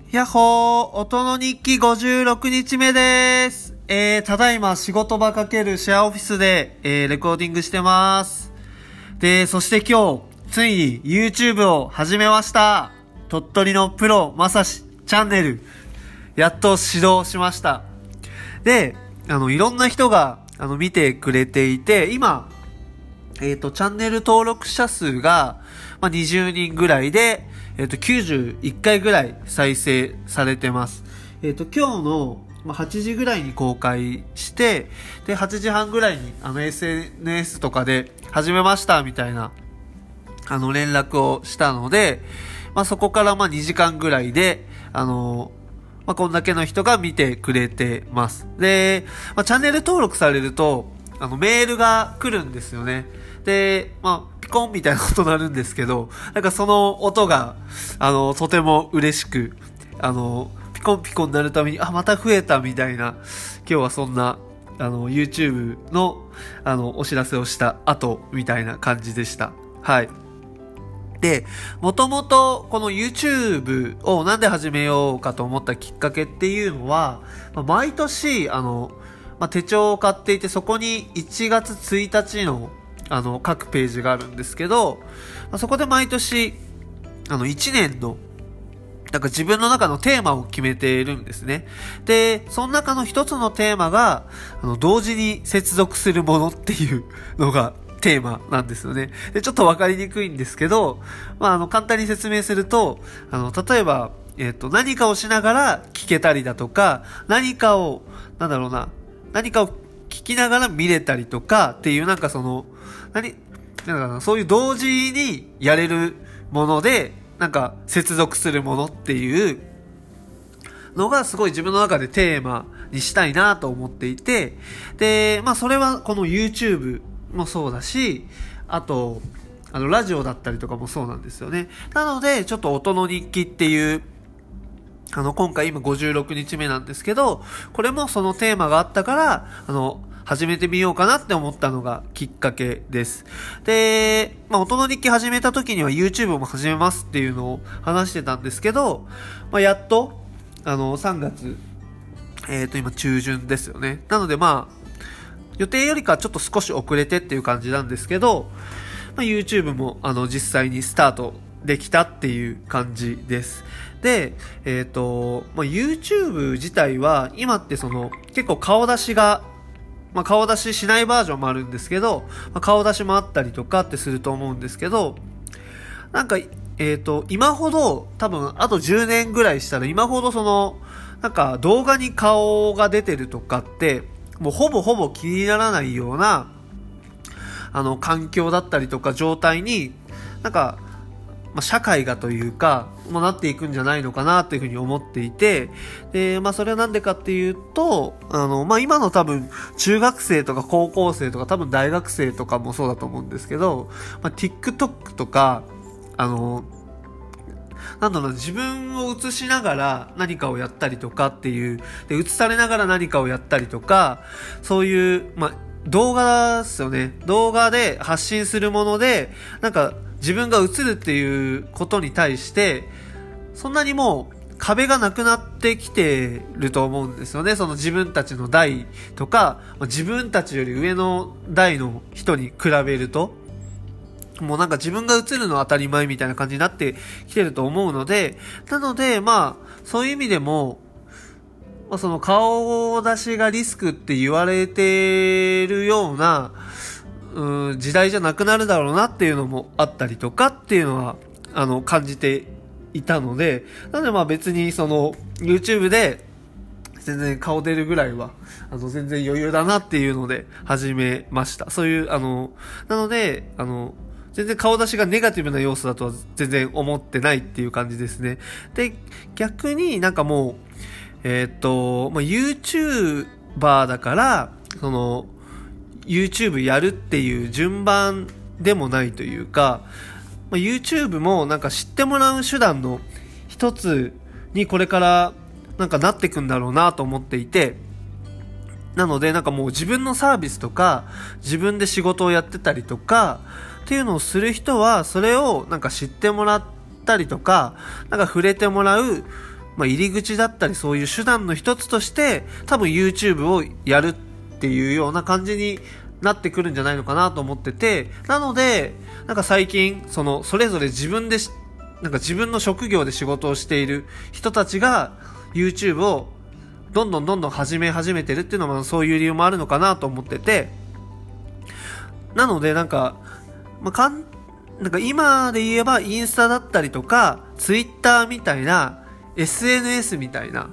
やっほー、音の日記56日目です。ただいま仕事場×シェアオフィスで、レコーディングしてます。で、そして今日、ついに YouTube を始めました。鳥取のプロまさしチャンネル、やっと始動しました。で、いろんな人が、見てくれていて、今、チャンネル登録者数が、20人ぐらいで、91回ぐらい再生されてます。今日の、8時ぐらいに公開して、で、8時半ぐらいに、SNS とかで、始めましたみたいな、連絡をしたので、そこから2時間ぐらいで、こんだけの人が見てくれてます。で、チャンネル登録されると、メールが来るんですよね。で、ピコンみたいな音鳴るんですけど、なんかその音が、とても嬉しく、ピコンピコン鳴るために、また増えたみたいな、今日はそんな、YouTube の、お知らせをした後、みたいな感じでした。はい。で、もともとこの YouTube をなんで始めようかと思ったきっかけっていうのは、毎年、手帳を買っていて、そこに1月1日の、各ページがあるんですけど、そこで毎年、1年の、なんか自分の中のテーマを決めているんですね。で、その中の一つのテーマが、同時に接続するものっていうのが、テーマなんですよね。で、ちょっとわかりにくいんですけど、簡単に説明すると、例えば、何かをしながら聞けたりだとか、何かを聞きながら見れたりとかっていう、そういう同時にやれるもので、接続するものっていうのがすごい自分の中でテーマにしたいなと思っていて、で、それはこの YouTube、もそうだし、あと、ラジオだったりとかもそうなんですよね。なので、ちょっと音の日記っていう、今回今56日目なんですけど、これもそのテーマがあったから、始めてみようかなって思ったのがきっかけです。で、音の日記始めた時には YouTube も始めますっていうのを話してたんですけど、やっと、3月、今中旬ですよね。なので予定よりかちょっと少し遅れてっていう感じなんですけど、YouTube も実際にスタートできたっていう感じです。で、YouTube 自体は今って結構顔出ししないバージョンもあるんですけど、顔出しもあったりとかってすると思うんですけど、今ほど多分あと10年ぐらいしたら今ほど動画に顔が出てるとかってもうほぼ気にならないような、環境だったりとか状態に、社会がというか、なっていくんじゃないのかなというふうに思っていて、で、それはなんでかっていうと、今の多分、中学生とか高校生とか多分大学生とかもそうだと思うんですけど、TikTok とか、自分を映しながら何かをやったりとかっていう、で、映されながら何かをやったりとか、そういう、動画ですよね。動画で発信するもので、自分が映るっていうことに対して、そんなにもう壁がなくなってきてると思うんですよね。その自分たちの代とか、自分たちより上の代の人に比べると、もう自分が映るのは当たり前みたいな感じになってきてると思うので、なので、そういう意味でも、その顔出しがリスクって言われてるような、時代じゃなくなるだろうなっていうのもあったりとかっていうのは、感じていたので、なので別にYouTube で、全然顔出るぐらいは、全然余裕だなっていうので始めました。そういう、なので、全然顔出しがネガティブな要素だとは全然思ってないっていう感じですね。で、逆にもう、YouTuber だから、YouTube やるっていう順番でもないというか、YouTube も知ってもらう手段の一つにこれからなってくんだろうなと思っていて、なのでもう自分のサービスとか自分で仕事をやってたりとかっていうのをする人はそれを知ってもらったりとか触れてもらう入り口だったりそういう手段の一つとして多分 YouTube をやるっていうような感じになってくるんじゃないのかなと思ってて、なのでなんか最近それぞれ自分の職業で仕事をしている人たちが YouTube をどんどん始めてるっていうのはそういう理由もあるのかなと思ってて、なのでなんか今で言えばインスタだったりとかツイッターみたいな SNS みたいな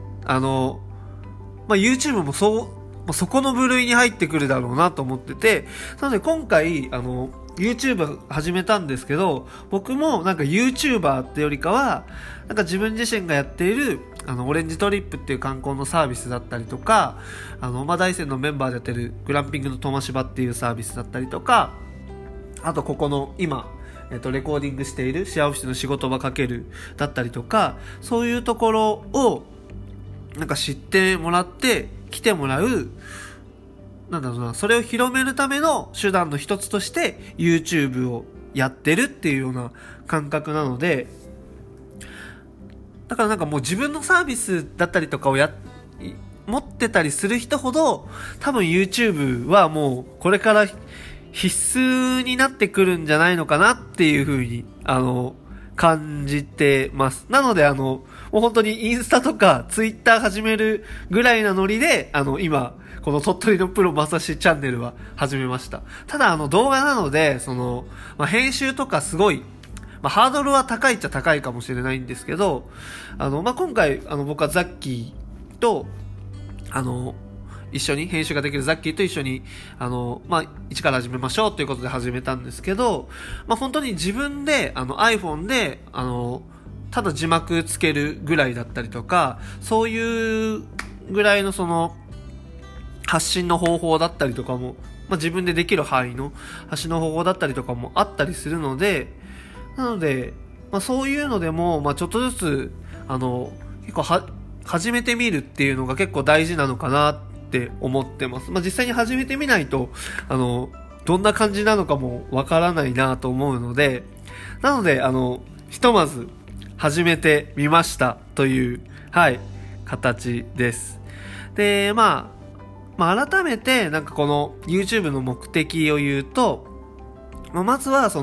YouTube もそこの部類に入ってくるだろうなと思ってて、なので今回YouTube 始めたんですけど、僕もなんか YouTuber ってよりかはなんか自分自身がやっているオレンジトリップっていう観光のサービスだったりとか、大山のメンバーでやってるグランピングのトマシバっていうサービスだったりとか、あとここの今レコーディングしているシェアオフィスの仕事場かけるだったりとか、そういうところをなんか知ってもらって来てもらう、それを広めるための手段の一つとして YouTube をやってるっていうような感覚なので、だからなんかもう自分のサービスだったりとかを持ってたりする人ほど多分 YouTube はもうこれから必須になってくるんじゃないのかなっていう風に感じてます。なのでもう本当にインスタとかツイッター始めるぐらいなノリで今この鳥取のプロまさしチャンネルは始めました。ただ動画なので編集とかすごいハードルは高いっちゃ高いかもしれないんですけど、今回僕はザッキーと一緒に編集ができるザッキーと一緒に一から始めましょうということで始めたんですけど、本当に自分でiPhone でただ字幕つけるぐらいだったりとか、そういうぐらいの発信の方法だったりとかも、自分でできる範囲の発信の方法だったりとかもあったりするので、なので、そういうのでも、ちょっとずつ結構始めてみるっていうのが結構大事なのかなって思ってます。実際に始めてみないとどんな感じなのかもわからないなと思うので、なのでひとまず始めてみましたという形です。で改めてなんかこの YouTube の目的を言うと、まずは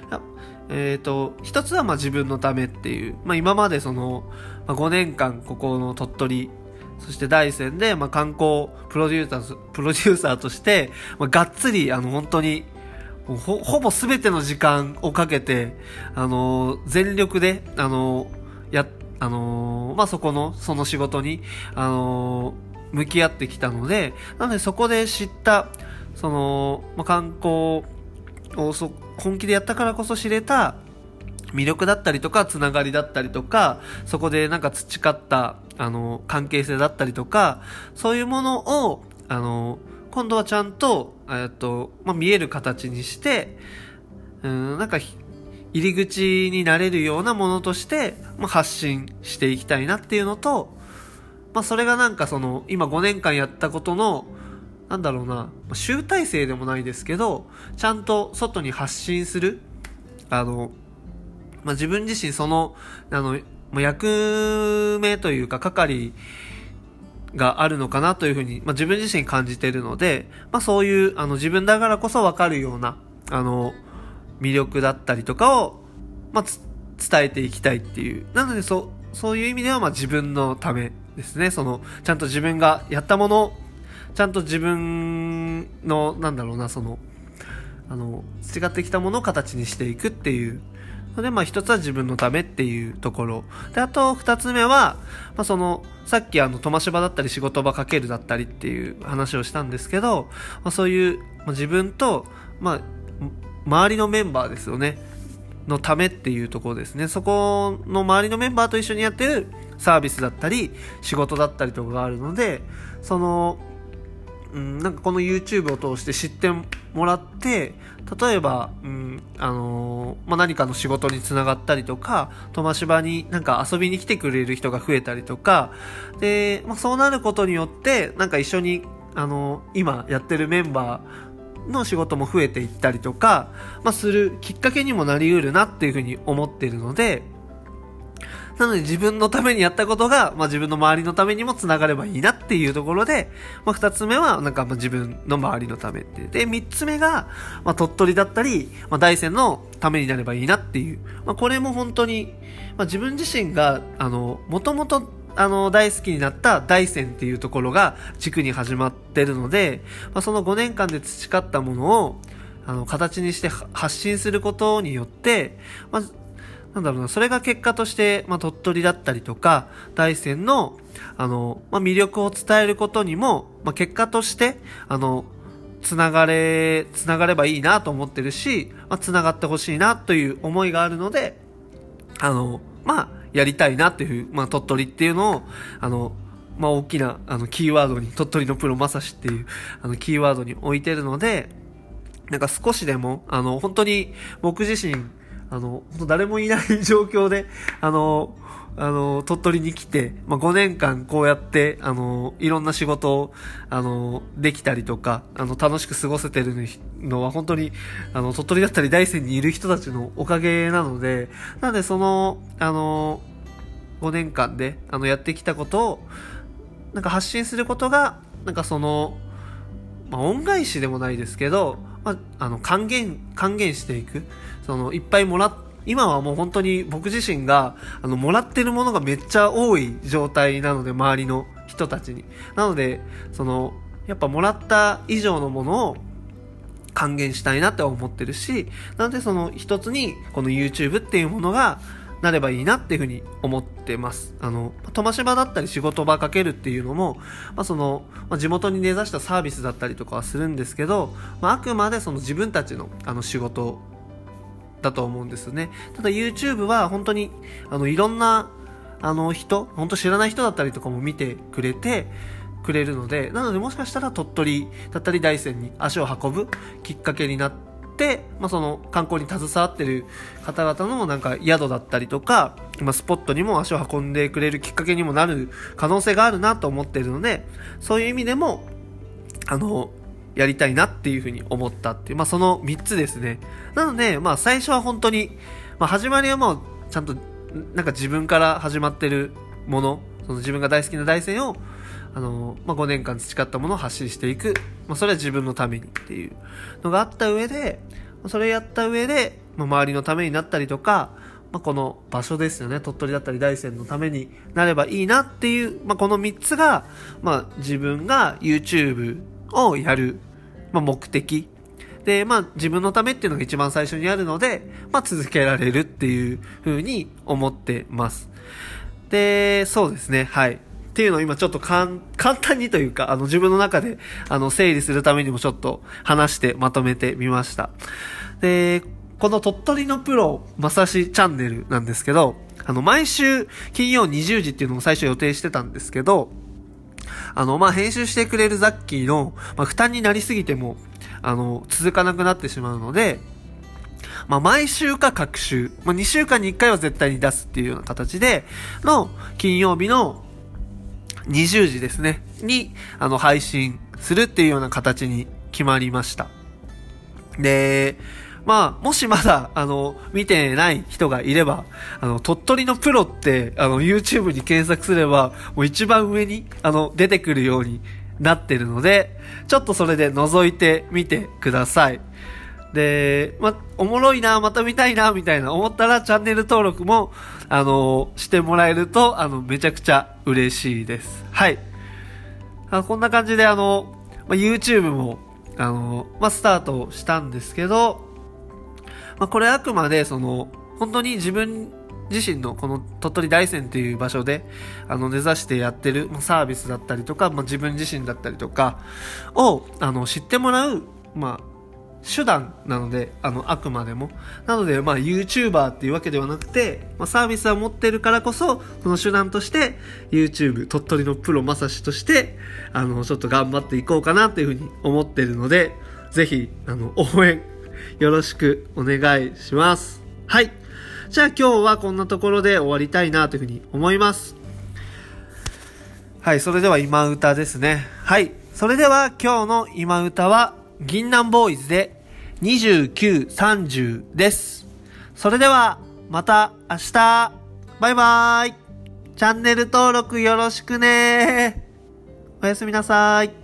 一つは自分のためっていう、今まで5年間ここの鳥取そして大山で観光プロデューサーとしてがっつり本当にほぼ全ての時間をかけて全力でその仕事に向き合ってきたので、なのでそこで知った観光を本気でやったからこそ知れた魅力だったりとかつながりだったりとか、そこでなんか培った関係性だったりとか、そういうものを今度はちゃんと見える形にしてなんか入り口になれるようなものとして発信していきたいなっていうのと、それがなんか今5年間やったことの集大成でもないですけど、ちゃんと外に発信する自分自身役目というか係があるのかなというふうに、自分自身感じているので、そういう自分だからこそ分かるような魅力だったりとかを、伝えていきたいっていう。なのでそういう意味では自分のためですね。ちゃんと自分がやったもの、ちゃんと自分の培ってきたものを形にしていくっていうので、一つは自分のためっていうところで、あと二つ目は、さっきトマシバだったり仕事場かけるだったりっていう話をしたんですけど、そういう自分と周りのメンバーですよねのためっていうところですね。そこの周りのメンバーと一緒にやってるサービスだったり仕事だったりとかがあるので、なんかこの YouTube を通して知ってもらって、例えば、何かの仕事につながったりとか、トマシバになんか遊びに来てくれる人が増えたりとか、で、そうなることによって、なんか一緒に、今やってるメンバーの仕事も増えていったりとか、するきっかけにもなりうるなっていうふうに思っているので、 なので自分のためにやったことが、自分の周りのためにも繋がればいいなっていうところで、二つ目は自分の周りのためっていう。で、三つ目が、鳥取だったり、大山のためになればいいなっていう。これも本当に、自分自身が、もともと大好きになった大山っていうところが軸に始まってるので、その5年間で培ったものを、形にして発信することによって、それが結果として、鳥取だったりとか、大山の、魅力を伝えることにも、結果として、つながればいいなと思ってるし、つながってほしいなという思いがあるので、やりたいなっていう、鳥取っていうのを、大きな、キーワードに、鳥取のプロまさしっていう、キーワードに置いてるので、少しでも、本当に僕自身、本当誰もいない状況で、鳥取に来て、5年間こうやって、いろんな仕事を、できたりとか、楽しく過ごせてるのは本当に、鳥取だったり大山にいる人たちのおかげなので、なのでその、5年間で、やってきたことを、発信することが、恩返しでもないですけど、還元していく。いっぱい今はもう本当に僕自身が、もらってるものがめっちゃ多い状態なので、周りの人たちに。なので、やっぱもらった以上のものを還元したいなって思ってるし、なので一つに、この YouTube っていうものが、なればいいなっていうふうに思ってます。飛ばし場だったり仕事場かけるっていうのも、地元に根ざしたサービスだったりとかはするんですけど、あくまで自分たちの仕事だと思うんですね。ただ YouTube は本当にいろんな本当知らない人だったりとかも見てくれるので、なのでもしかしたら鳥取だったり大山に足を運ぶきっかけになって、観光に携わってる方々の宿だったりとか、スポットにも足を運んでくれるきっかけにもなる可能性があるなと思っているので、そういう意味でも、やりたいなっていうふうに思ったっていう、その3つですね。なので、最初は本当に、始まりはもう、ちゃんと、自分から始まってるもの、自分が大好きな大山を、5年間培ったものを発信していく。それは自分のためにっていうのがあった上で、それやった上で、周りのためになったりとか、この場所ですよね。鳥取だったり大山のためになればいいなっていう、この3つが、自分が YouTube をやる、目的。で、自分のためっていうのが一番最初にあるので、続けられるっていう風に思ってます。で、そうですね。はい。っていうのを今ちょっと簡単にというか、自分の中で、整理するためにもちょっと話してまとめてみました。で、この鳥取のプロまさしチャンネルなんですけど、毎週金曜20時っていうのを最初予定してたんですけど、編集してくれるザッキーの、負担になりすぎても、続かなくなってしまうので、毎週か各週、2週間に1回は絶対に出すっていうような形での金曜日の20時ですねに配信するっていうような形に決まりました。で、もしまだ見てない人がいれば鳥取のプロってYouTube に検索すればもう一番上に出てくるようになってるので、ちょっとそれで覗いてみてください。で、おもろいな、また見たいな、みたいな思ったらチャンネル登録も、してもらえると、めちゃくちゃ嬉しいです。はい。こんな感じでYouTube も、スタートしたんですけど、これあくまで、本当に自分自身のこの鳥取大山っていう場所で、根ざしてやってるサービスだったりとか、自分自身だったりとかを、知ってもらう、手段なので、あくまでも。なので、YouTuber っていうわけではなくて、サービスは持ってるからこそ、その手段として、YouTube、鳥取のプロまさしとして、ちょっと頑張っていこうかなというふうに思ってるので、ぜひ、応援、よろしくお願いします。はい。じゃあ今日はこんなところで終わりたいなというふうに思います。はい、それでは今歌ですね。はい。それでは今日の今歌は、銀杏ボーイズで29、30です。それではまた明日。 バイバーイ。チャンネル登録よろしくね。おやすみなさい。